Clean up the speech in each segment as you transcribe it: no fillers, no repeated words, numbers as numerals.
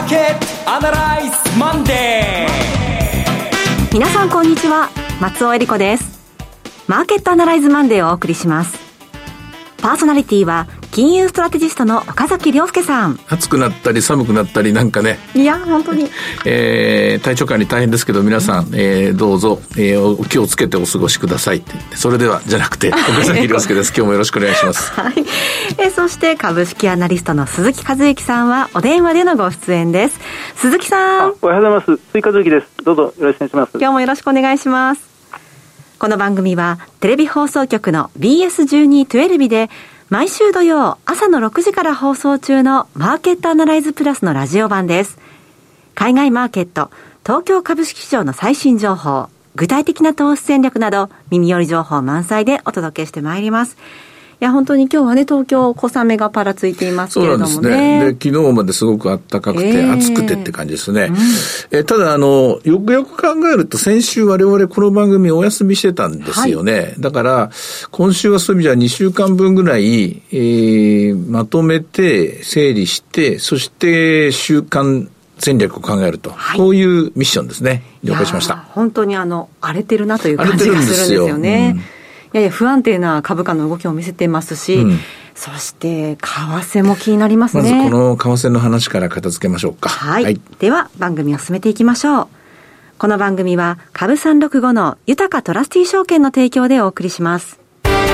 ーケットアナライズマンデー。 皆さんこんにちは、松尾恵理子です。マーケットアナライズマンデーをお送りします。パーソナリティは金融ストラテジストの岡崎亮介さん。 暑くなったり寒くなったりなんかね、 いや本当に、 体調管理大変ですけど皆さん、どうぞ、お気をつけてお過ごしくださいって。それではじゃなくて岡崎亮介です。今日もよろしくお願いします。 はい。そして株式アナリストの鈴木和之さんはお電話でのご出演です。鈴木さん、 おはようございます。鈴木和之です。どうぞよろしくお願いします。 今日もよろしくお願いします。この番組はテレビ放送局の BS1212 で毎週土曜朝の6時から放送中のマーケットアナライズプラスのラジオ版です。海外マーケット、東京株式市場の最新情報、具体的な投資戦略など耳寄り情報満載でお届けしてまいります。いや本当に今日はね、東京小雨がパラついていますけれどもね。 そうなんですね。で昨日まですごく暖かくて、暑くてって感じですね。ただよくよく考えると先週我々この番組お休みしてたんですよね。はい、だから今週はそういう意味じゃ2週間分ぐらい、まとめて整理して、そして週間戦略を考えると、はい、こういうミッションですね。了解しました。 本当に荒れてるなという感じがするんですよね。やや不安定な株価の動きを見せてますし、そして為替も気になりますね。 まずこの為替の話から片付けましょうか。 はい。では番組を進めていきましょう。この番組は株365の豊かトラスティ証券の提供でお送りします。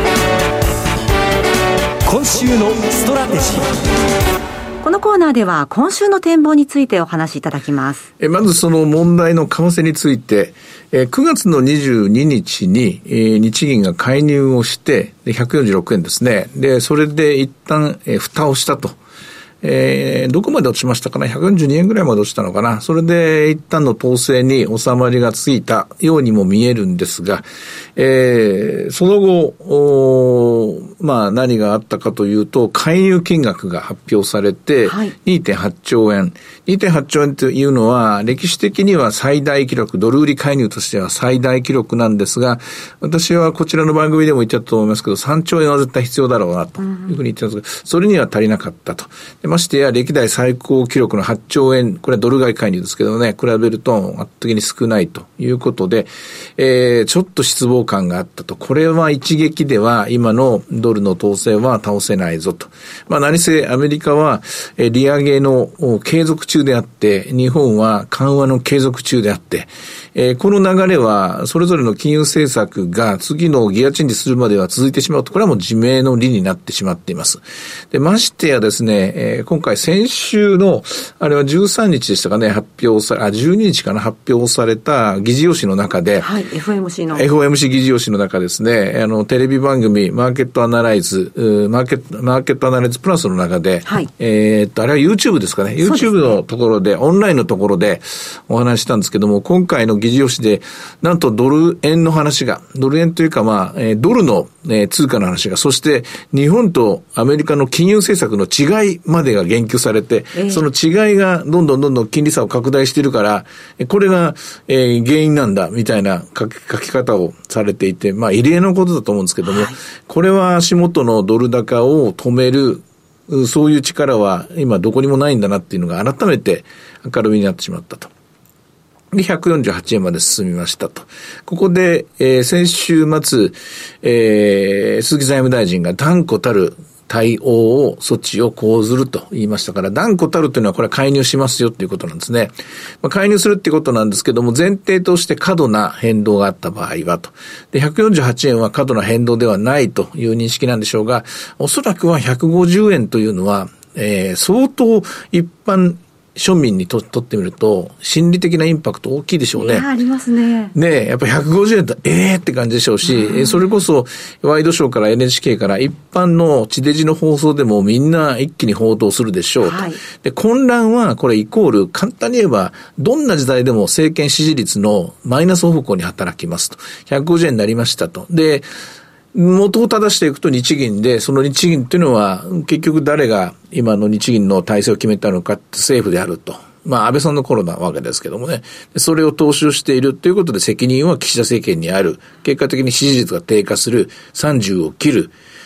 今週のストラテジー。 このコーナーでは今週の展望についてお話しいただきます。 まずその問題の為替について、9月の22日に、日銀が介入をして146円ですね。でそれで一旦、蓋をしたと。どこまで落ちましたかな、142円ぐらいまで落ちたのかな。それで一旦の統制に収まりがついたようにも見えるんですが、その後何があったかというと、介入金額が発表されて、2.8 兆円 2.8 兆円というのは歴史的には最大記録、ドル売り介入としては最大記録なんですが、私はこちらの番組でも言ったと思いますけど、3兆円は絶対必要だろうなというふうに言ってたんですが、それには足りなかったと。ましてや歴代最高記録の8兆円、これはドル買い介入ですけどね、比べると圧倒的に少ないということで、ちょっと失望感があったと。これは一撃では今のドルの統制は倒せないぞと。何せアメリカは利上げの継続中であって、日本は緩和の継続中であって、この流れはそれぞれの金融政策が次のギアチェンジするまでは続いてしまうと、これはもう自明の理になってしまっています。でましてやですね、今回先週のあれは13日でしたかね、12日かな、発表された議事要旨の中で、 はい、 FOMC 議事要旨の中ですね、テレビ番組マーケットアナライズプラスの中で、あれは YouTube ですかね、YouTube のところで、オンラインのところでお話したんですけども、今回の議事要旨でなんとドル円の話が、ドル円というかドルの通貨の話が、そして日本とアメリカの金融政策の違いまでが言及されて、その違いがどんどん金利差を拡大しているから、これが、原因なんだみたいな書き方をされていて、異例のことだと思うんですけども、これは足元のドル高を止める、そういう力は今どこにもないんだなっていうのが改めて明るみになってしまったと。で、148円まで進みましたと。ここで、先週末、鈴木財務大臣が断固たる対応措置を講ずると言いましたから、断固たるというのはこれは介入しますよということなんですね。介入するっていうことなんですけども、前提として過度な変動があった場合はと。で、148円は過度な変動ではないという認識なんでしょうが、おそらくは150円というのは、相当一般庶民にとってみると心理的なインパクト大きいでしょうね。 ありますね。 ねえ、やっぱり150円とって感じでしょうし、それこそワイドショーから NHK から一般の地デジの放送でもみんな一気に報道するでしょうと。で、混乱はこれイコール、簡単に言えばどんな時代でも政権支持率のマイナス方向に働きますと。150円になりましたと。で、元を正していくと日銀で、その日銀っていうのは結局誰が今の日銀の体制を決めたのかって政府であると。安倍さんの頃なわけですけどもね。それを踏襲しているということで責任は岸田政権にある。結果的に支持率が低下する、30を切る。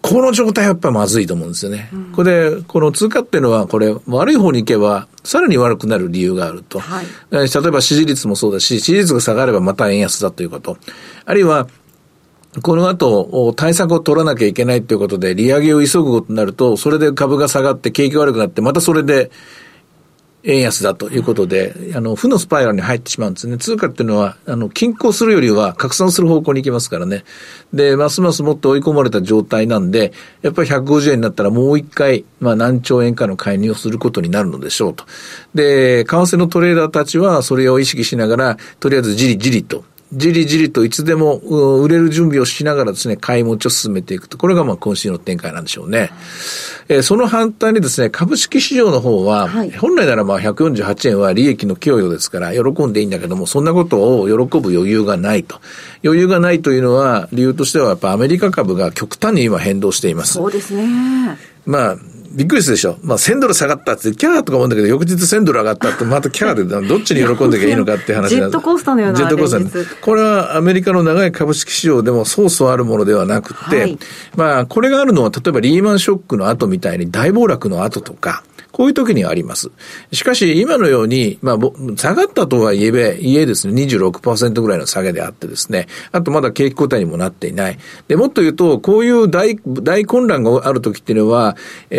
この状態はやっぱりまずいと思うんですよね。これで、この通貨っていうのは、これ、悪い方に行けば、さらに悪くなる理由があると。はい、例えば支持率もそうだし、支持率が下がればまた円安だということ。あるいは、この後、対策を取らなきゃいけないということで、利上げを急ぐことになると、それで株が下がって景気が悪くなって、またそれで、円安だということで、負のスパイラルに入ってしまうんですね。通貨っていうのは、均衡するよりは拡散する方向に行きますからね。で、ますますもっと追い込まれた状態なんで、やっぱり150円になったらもう一回、何兆円かの介入をすることになるのでしょうと。で、為替のトレーダーたちはそれを意識しながら、とりあえずじりじりといつでも売れる準備をしながらですね、買い持ちを進めていくと。これが今週の展開なんでしょうね。その反対にですね、株式市場の方は、本来なら148円は利益の供与ですから喜んでいいんだけども、そんなことを喜ぶ余裕がないと。余裕がないというのは、理由としてはやっぱアメリカ株が極端に今変動しています。 そうですね。 びっくりするでしょ。1000ドル下がったってキャーとか思うんだけど、翌日1000ドル上がったってまたキャーでどっちに喜んでいけばいいのかって話なんです。 ジェットコースターのような。 ジェットコースター。これはアメリカの長い株式市場でもそうそうあるものではなくて、これがあるのは例えばリーマンショックの後みたいに大暴落の後とか、こういう時にはあります。しかし、今のように、下がったとはいえですね、26% ぐらいの下げであってですね、あとまだ景気後退にもなっていない。で、もっと言うと、こういう大混乱がある時っていうのは、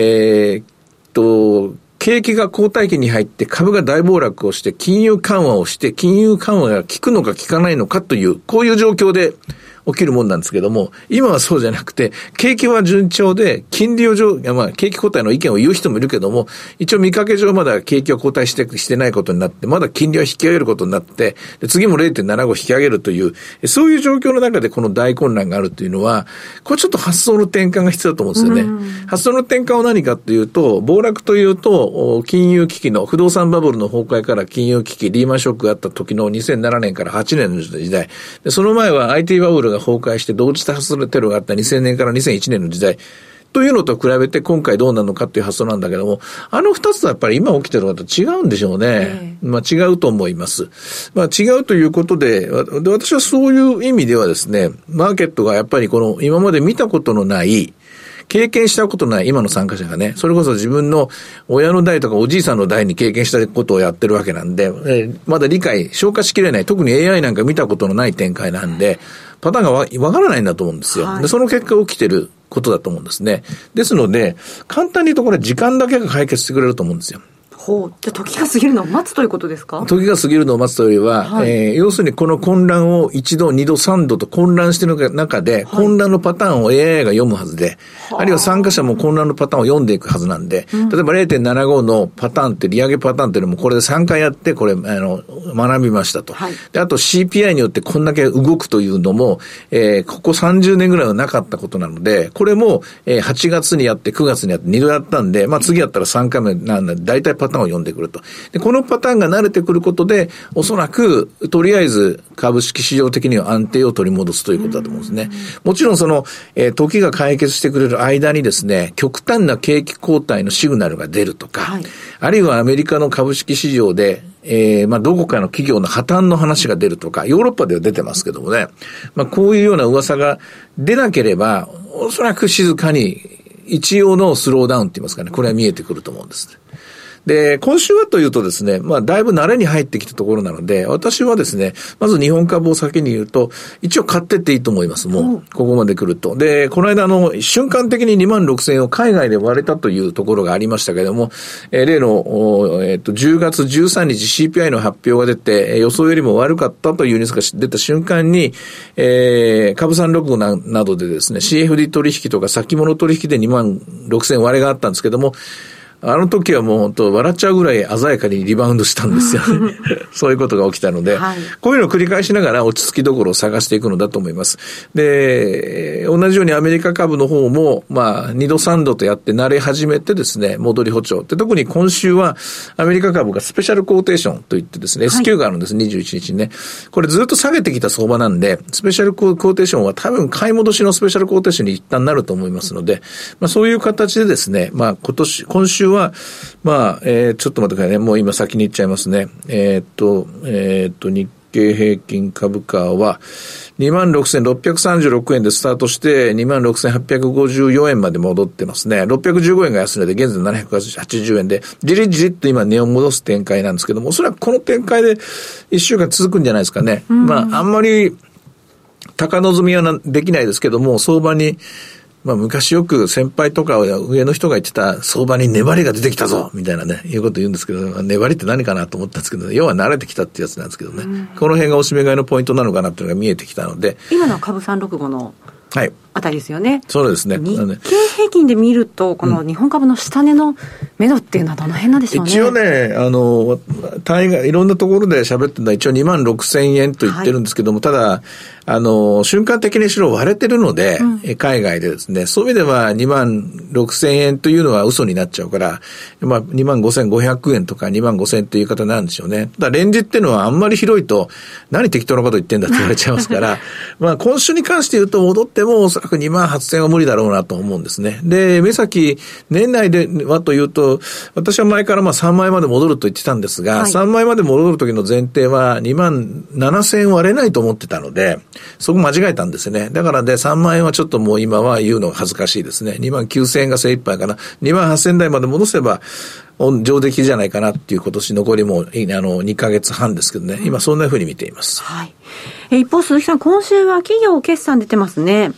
景気が後退期に入って株が大暴落をして金融緩和をして金融緩和が効くのか効かないのかという、こういう状況で起きるもんなんですけども、今はそうじゃなくて、景気は順調で、金利を景気後退の意見を言う人もいるけども、一応見かけ上まだ景気は後退してないことになって、まだ金利は引き上げることになって、で次も 0.75 引き上げるという、そういう状況の中でこの大混乱があるというのは、これちょっと発想の転換が必要だと思うんですよね。発想の転換は何かというと、暴落というと、金融危機の不動産バブルの崩壊から金融危機、リーマンショックがあった時の2007年から8年の時代、でその前は IT バブルが崩壊して同時多発テロがあった2000年から2001年の時代というのと比べて今回どうなるのかっていう発想なんだけども、二つはやっぱり今起きてるのと違うんでしょうね。違うと思います。違うということで、私はそういう意味ではですね、マーケットがやっぱりこの今まで見たことのない経験したことない今の参加者がね、それこそ自分の親の代とかおじいさんの代に経験したことをやってるわけなんで、まだ消化しきれない、特に AI なんか見たことのない展開なんで、パターンがわからないんだと思うんですよ。で、その結果起きてることだと思うんですね。ですので、簡単に言うとこれ時間だけが解決してくれると思うんですよ。 じゃあ時が過ぎるのを待つということですか？ 時が過ぎるのを待つというよりは、要するにこの混乱を1度、2度、3度と混乱している中で、混乱のパターンを AI が読むはずで、あるいは参加者も混乱のパターンを読んでいくはずなんで、例えば 0.75 のパターンって、利上げパターンっていうのもこれで3回やって、これ、学びましたと。で、あと CPI によってこんだけ動くというのも、ここ30年ぐらいはなかったことなので、これも、8月にやって9月にやって2度やったんで、次やったら3回目なんで、大体パターンを読んでくると。で、このパターンが慣れてくることで、おそらく、とりあえず株式市場的には安定を取り戻すということだと思うんですね。もちろん時が解決してくれる間にですね、極端な景気後退のシグナルが出るとか、あるいはアメリカの株式市場で、どこかの企業の破綻の話が出るとか、ヨーロッパでは出てますけどもね、こういうような噂が出なければ、おそらく静かに一応のスローダウンって言いますかね、これは見えてくると思うんです。で、今週はというとですね、だいぶ慣れに入ってきたところなので、私はですね、まず日本株を先に言うと、一応買ってっていいと思います。もう、ここまで来ると。で、この間瞬間的に26,000円を海外で割れたというところがありましたけれども、例の、10月13日 CPI の発表が出て、予想よりも悪かったというニュースが出た瞬間に、株三六五などでですね、CFD 取引とか先物取引で26,000円割れがあったんですけども、あの時はもう本当笑っちゃうぐらい鮮やかにリバウンドしたんですよね。そういうことが起きたので、こういうのを繰り返しながら落ち着きどころを探していくのだと思います。で、同じようにアメリカ株の方も、2度3度とやって慣れ始めてですね、戻り歩調。で、特に今週はアメリカ株がスペシャルコーテーションといってですね、S q があるんです、21日にね。これずっと下げてきた相場なんで、スペシャルコーテーションは多分買い戻しのスペシャルコーテーションに一旦なると思いますので、そういう形でですね、今週は、ちょっと待ってくださいね。もう今先に言っちゃいますね。日経平均株価は 26,636 円でスタートして 26,854 円まで戻ってますね。615円が安値で現在780円でじりじりっと今値を戻す展開なんですけども、おそらくこの展開で1週間続くんじゃないですかね。まああんまり高望みはできないですけども、相場にまあ昔よく先輩とか上の人が言ってた相場に粘りが出てきたぞみたいなね、いうこと言うんですけど、粘りって何かなと思ったんですけど、要は慣れてきたってやつなんですけどね、この辺がおしめ買いのポイントなのかなっていうのが見えてきたので、 今のは株365のあたりですよね。 そうですね。 日経平均で見るとこの日本株の下値の目処っていうのはどの辺なんでしょうね。 一応ね、単位がいろんなところで喋ってるのは一応26,000円と言ってるんですけども、ただ瞬間的にしろ割れてるので、海外でですね、そういう意味では26,000円というのは嘘になっちゃうから、まあ25,500円とか25,000円という言い方なんでしょうね。ただレンジっていうのはあんまり広いと何適当なこと言ってんだって言われちゃいますからまあ今週に関して言うと戻ってもおそらく28,000円は無理だろうなと思うんですね。で、目先年内ではというと、私は前からまあ3万円まで戻ると言ってたんですが、3万円まで戻る時の前提は27,000円割れないと思ってたので、そこ間違えたんですね。だからで3万円はちょっともう今は言うのが恥ずかしいですね。29,000円が精一杯かな。28,000円台まで戻せば上出来じゃないかなっていう今年残りも2ヶ月半ですけどね。今そんな風に見ています。 はい。一方鈴木さん、今週は企業決算出てますね。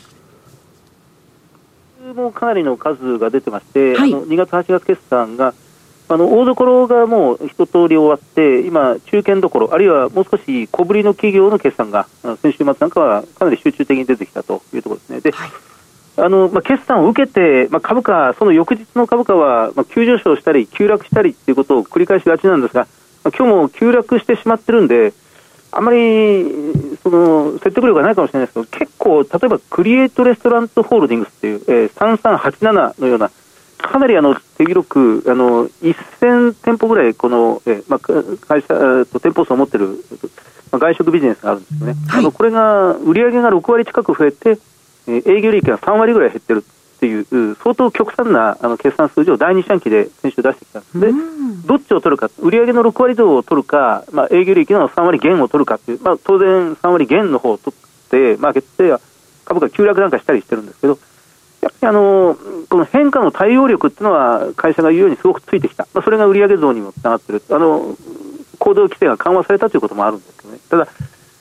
もうかなりの数が出てまして、2月8月決算が大所がもう一通り終わって、今中堅どころあるいはもう少し小ぶりの企業の決算が先週末なんかはかなり集中的に出てきたというところですね。で、決算を受けて、株価その翌日の株価は急上昇したり急落したりということを繰り返しがちなんですが、今日も急落してしまってるんで、あまり説得力がないかもしれないですけど、結構例えばクリエイトレストラントホールディングスっていう、3387のようなかなり手広く1000店舗ぐらいこの、会社と店舗数を持っている、外食ビジネスがあるんですよね。これが売上が6割近く増えて、営業利益が3割ぐらい減ってるっていう相当極端な決算数字を第2四半期で先週出してきたんです。で、どっちを取るか、売上の6割増を取るか、営業利益の3割減を取るかっていう、当然3割減の方を取ってマーケットでは株価急落なんかしたりしてるんですけど、やっぱりこの変化の対応力っていうのは会社が言うようにすごくついてきた、それが売上増にもつながっている、行動規制が緩和されたということもあるんですけどね。ただ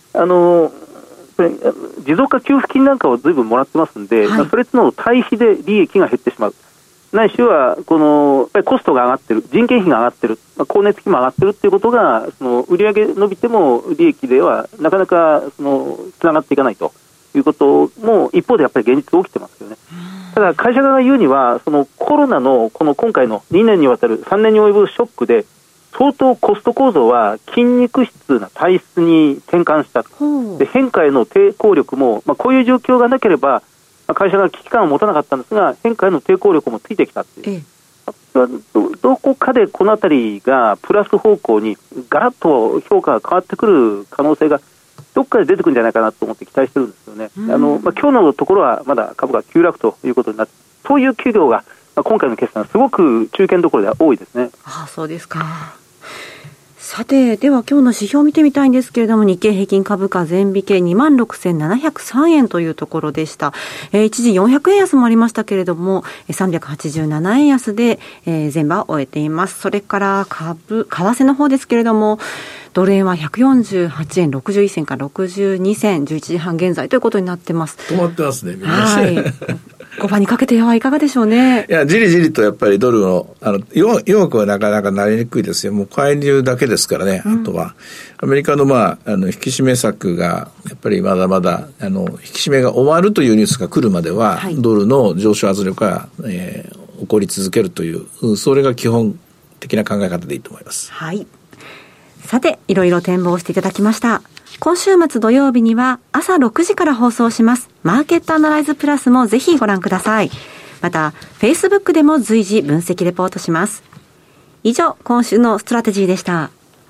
持続化給付金なんかを随分もらってますんで、それとの対比で利益が減ってしまう、ないしはやっぱりコストが上がってる、人件費が上がってる、光熱費も上がってるということが売上伸びても利益ではなかなかつながっていかないということも一方でやっぱり現実起きてますよね。ただ会社側が言うにはコロナの今回の2年にわたる3年に及ぶショックで相当コスト構造は筋肉質な体質に転換した。で、変化への抵抗力も、こういう状況がなければ会社が危機感を持たなかったんですが、変化への抵抗力もついてきたっていう、どこかでこのあたりがプラス方向にガラッと評価が変わってくる可能性がどっかで出てくるんじゃないかなと思って期待してるんですよね。今日のところはまだ株が急落ということになって、そういう企業が今回の決算すごく中堅どころでは多いですね。 そうですか。さて、では今日の指標を見てみたいんですけれども、日経平均株価前引け 26,703 円というところでした。一時400円安もありましたけれども、387円安で、前場を終えています。それから為替の方ですけれども、ドル円は148円61銭から62銭、11時半現在ということになってます。 止まってますね、みんな。 5番にかけてはいかがでしょうね。 いや、じりじりとやっぱりドルの、弱くはなかなかなりにくいですよ。もう介入だけですからね。あとは、アメリカの引き締め策が、やっぱりまだまだ、引き締めが終わるというニュースが来るまでは、ドルの上昇圧力が、起こり続けるという、それが基本的な考え方でいいと思います。 はい。さて、いろいろ展望していただきました。今週末土曜日には朝6時から放送しますマーケットアナライズプラスもぜひご覧ください。また Facebook でも随時分析レポートします。以上、今週のストラテジーでした。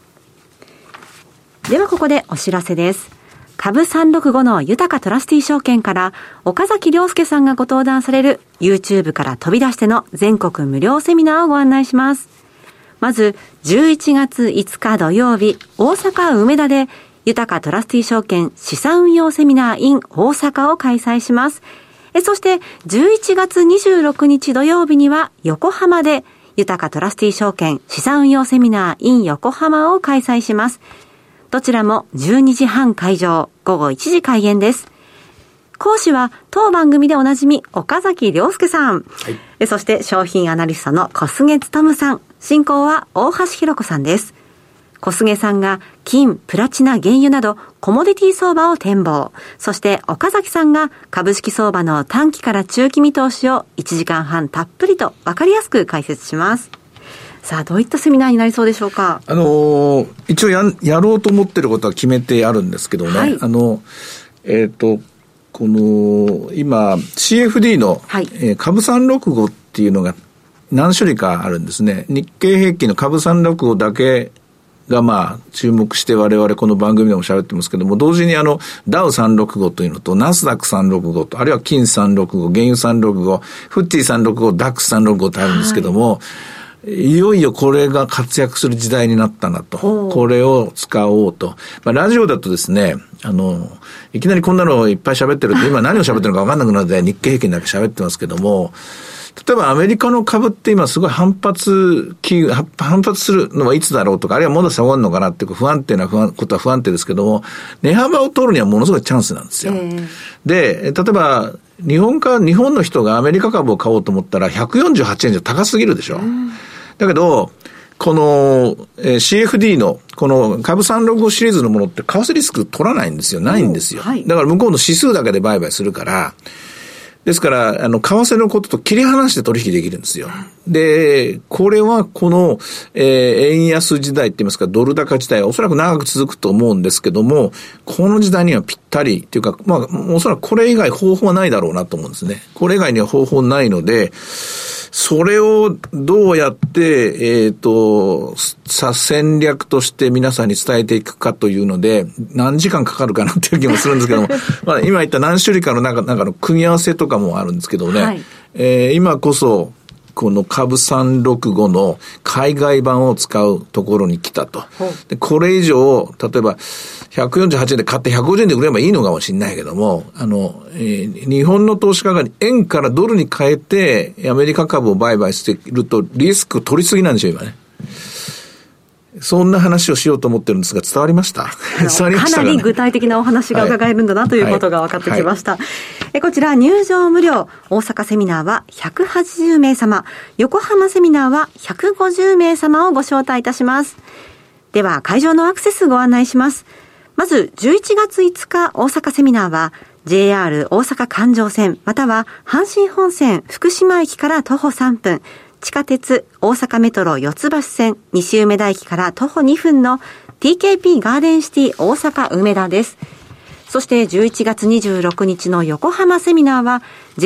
ではここでお知らせです。株365の豊かトラスティ証券から岡崎亮介さんがご登壇される YouTube から飛び出しての全国無料セミナーをご案内します。まず11月5日土曜日、大阪梅田で豊かトラスティ証券資産運用セミナー in 大阪を開催します。そして11月26日土曜日には横浜で豊かトラスティ証券資産運用セミナー in 横浜を開催します。どちらも12時半会場、午後1時開演です。講師は当番組でおなじみ岡崎亮介さん、はい、そして商品アナリストの小菅勉さん、進行は大橋ひろ子さんです。小菅さんが金、プラチナ、原油などコモディティ相場を展望、そして岡崎さんが株式相場の短期から中期見通しを1時間半たっぷりと分かりやすく解説します。さあ、どういったセミナーになりそうでしょうか。 一応やろうと思ってることは決めてあるんですけどね、はい、この今 CFD の、はい、株365っていうのが何種類かあるんですね。日経平均の株365だけが注目して我々この番組でも喋ってますけども、同時にダウ365というのとナスダック365と、あるいは金365、原油365、フッティ365、ダック365ってあるんですけども、はい、いよいよこれが活躍する時代になったなと。これを使おうと。ラジオだとですね、いきなりこんなのをいっぱい喋ってると今何を喋ってるのか分かんなくなって日経平均だけ喋ってますけども、例えばアメリカの株って今すごい反発するのはいつだろうとか、あるいはまだ下がるのかなっていう不安定なことは不安定ですけども、値幅を取るにはものすごいチャンスなんですよ。で、例えば日本の人がアメリカ株を買おうと思ったら148円じゃ高すぎるでしょ。だけどこの、CFD のこの株365シリーズのものって為替リスク取らないんですよ。ないんですよ。はい、だから向こうの指数だけで売買するから、ですから、為替のことと切り離して取引できるんですよ。で、これはこの、円安時代って言いますか、ドル高時代はおそらく長く続くと思うんですけども、この時代にはぴったりっていうか、おそらくこれ以外方法はないだろうなと思うんですね。これ以外には方法ないので、それをどうやって、戦略として皆さんに伝えていくかというので、何時間かかるかなっていう気もするんですけども、今言った何種類かの中の組み合わせとかもあるんですけどね、はい、今こそ、この株365の海外版を使うところに来たと。で、これ以上、例えば148円で買って150円で売ればいいのかもしれないけども、日本の投資家が円からドルに変えてアメリカ株を売買しているとリスク取りすぎなんでしょ、今ね。そんな話をしようと思ってるんですが、伝わりました？伝わりましたかね。かなり具体的なお話が伺えるんだなということが分かってきました。こちら入場無料、大阪セミナーは180名様、横浜セミナーは150名様をご招待いたします。では会場のアクセスご案内します。まず11月5日大阪セミナーは JR 大阪環状線または阪神本線福島駅から徒歩3分、地下鉄大阪メトロ四ツ橋線西梅田駅から徒歩2分の TKP ガーデンシティ大阪梅田です。そして11月26日の横浜セミナーは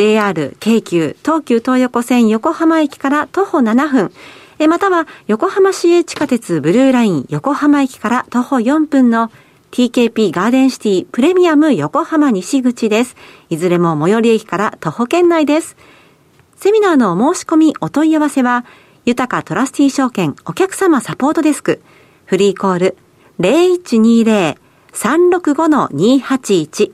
JR 京急東急東横線横浜駅から徒歩7分、または横浜市営地下鉄ブルーライン横浜駅から徒歩4分の TKP ガーデンシティプレミアム横浜西口です。いずれも最寄り駅から徒歩圏内です。セミナーのお申し込みお問い合わせは豊かトラスティ証券お客様サポートデスクフリーコール 0120-365-281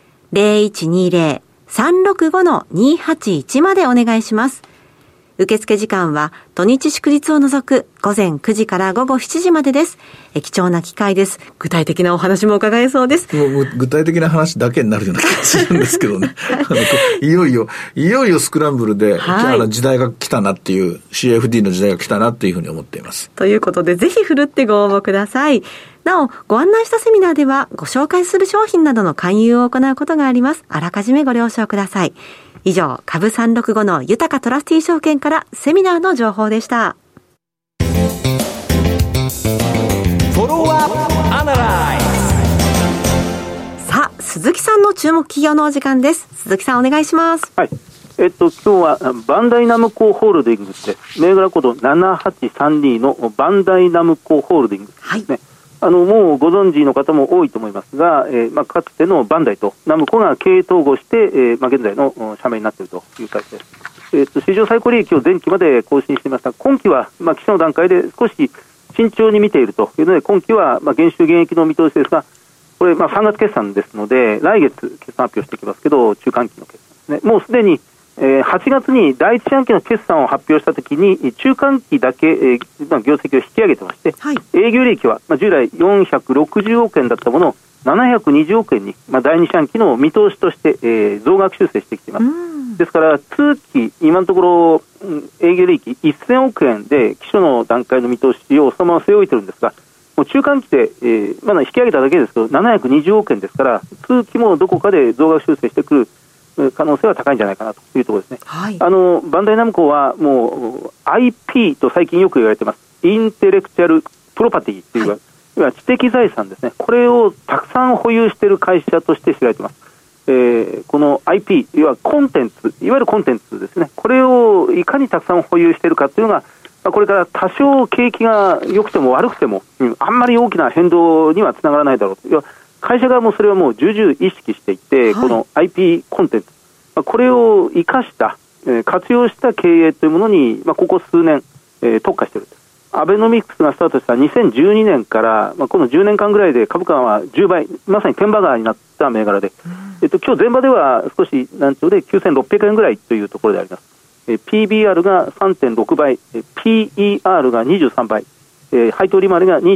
0120-365-281 までお願いします。受付時間は土日祝日を除く午前9時から午後7時までです。貴重な機会です。具体的なお話も伺えそうです。 もう具体的な話だけになるような気がするんですけどね。いよいよスクランブルで、時代が来たなっていう CFD の時代が来たなっていうふうに思っています。 ということでぜひふるってご応募ください。なおご案内したセミナーではご紹介する商品などの勧誘を行うことがあります。あらかじめご了承ください。以上、株365の豊かトラスティ証券からセミナーの情報でした。さあ、鈴木さんの注目企業のお時間です。鈴木さんお願いします。 はい。今日はバンダイナムコホールディングスです。銘柄コード7832のバンダイナムコホールディングスですね。はい、もうご存知の方も多いと思いますが、かつてのバンダイとナムコが経営統合して、現在の社名になっているという会社です。史上最高利益を前期まで更新していました。今期は、期初の段階で少し慎重に見ているというので、今期は減収減益の見通しですが、 これ3月決算ですので、来月決算発表していきますけど、中間期の決算ですね。もうすでに8月に第一四半期の決算を発表したときに中間期だけ業績を引き上げてまして、はい、営業利益は従来460億円だったものを720億円に第二四半期の見通しとして増額修正してきています。ですから通期今のところ営業利益1000億円で期初の段階の見通しをそのまま据え置いてるんですが、もう中間期でまだ引き上げただけですけど720億円ですから、通期もどこかで増額修正してくる可能性は高いんじゃないかなというところですね。はい、バンダイナムコはもう IP と最近よく言われています。インテレクチャルプロパティという、はい、知的財産ですね。これをたくさん保有している会社として知られています。この IP、いわゆるコンテンツですね。これをいかにたくさん保有しているかというのが、これから多少景気が良くても悪くても、あんまり大きな変動にはつながらないだろうと。会社側もそれはもう重々意識していて、はい、この IP コンテンツ、これを生かした、活用した経営というものに、ここ数年、特化している。アベノミクスがスタートした2012年から、この10年間ぐらいで株価は10倍、まさに天馬川になった銘柄で、今日前場では少し難聴で9600円ぐらいというところであります。PBR が 3.6 倍、PER が23倍、配当利回りが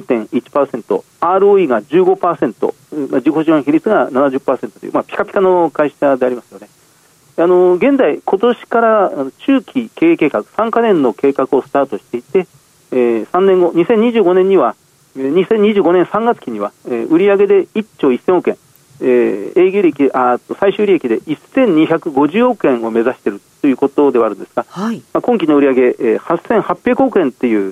2.1%、ROE が 15%、自己資本比率が 70% という、ピカピカの会社でありますよね。現在、今年から中期経営計画、3カ年の計画をスタートしていて、3年後、2025年には、2025年3月期には、売上で1兆1000億円、営業利益、最終利益で1250億円を目指しているということではあるんですが、はい、今期の売上8800億円という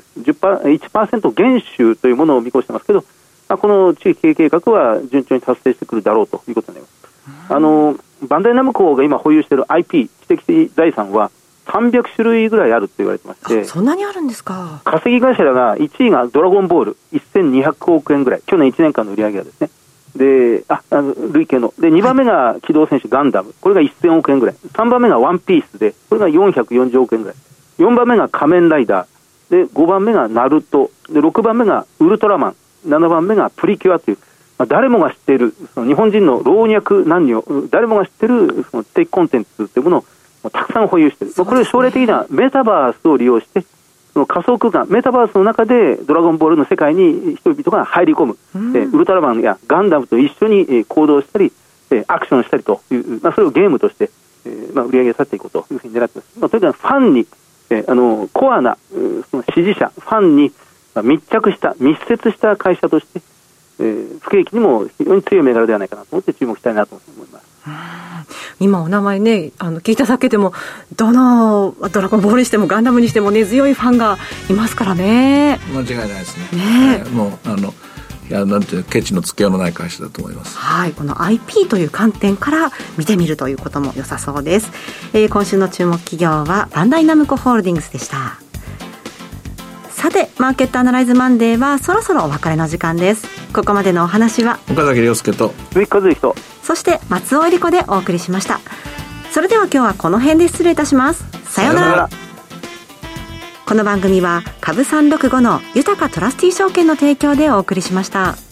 1% 減収というものを見越してますけど、この中期経営計画は順調に達成してくるだろうということになります。バンダイナムコが今保有している IP 知的財産は300種類ぐらいあると言われてまして、 そんなにあるんですか。 稼ぎ頭が1位がドラゴンボール1200億円ぐらい、去年1年間の売上がですね。で、累計の。で、2番目が機動戦士ガンダム。これが1000億円ぐらい。3番目がワンピースで、これが440億円ぐらい。4番目が仮面ライダー。で、5番目がナルト。で、6番目がウルトラマン。7番目がプリキュアという、誰もが知っている、その日本人の老若男女、誰もが知っているその知的コンテンツというものをたくさん保有している。これ将来的なメタバースを利用して、その仮想空間、メタバースの中でドラゴンボールの世界に人々が入り込む、ウルトラマンやガンダムと一緒に行動したり、アクションしたりという、それをゲームとして、売り上げさせていこうというふうに狙っています。とにかくファンに、コアなその支持者、ファンに密着した、密接した会社として、不景気にも非常に強い銘柄ではないかなと思って注目したいなと思います。 今お名前ね、聞いただけでもどのドラゴンボールにしてもガンダムにしても根強いファンがいますからね。 間違いないですね。もうなんていうケチのつけようのない会社だと思います。 はい、この IP という観点から見てみるということも良さそうです。今週の注目企業はバンダイナムコホールディングスでした。さて、マーケットアナライズマンデーはそろそろお別れの時間です。ここまでのお話は岡崎亮介と鈴木和之と、 そして松尾恵理子でお送りしました。それでは今日はこの辺で失礼いたします。さようなら。この番組は株365の豊かトラスティ証券の提供でお送りしました。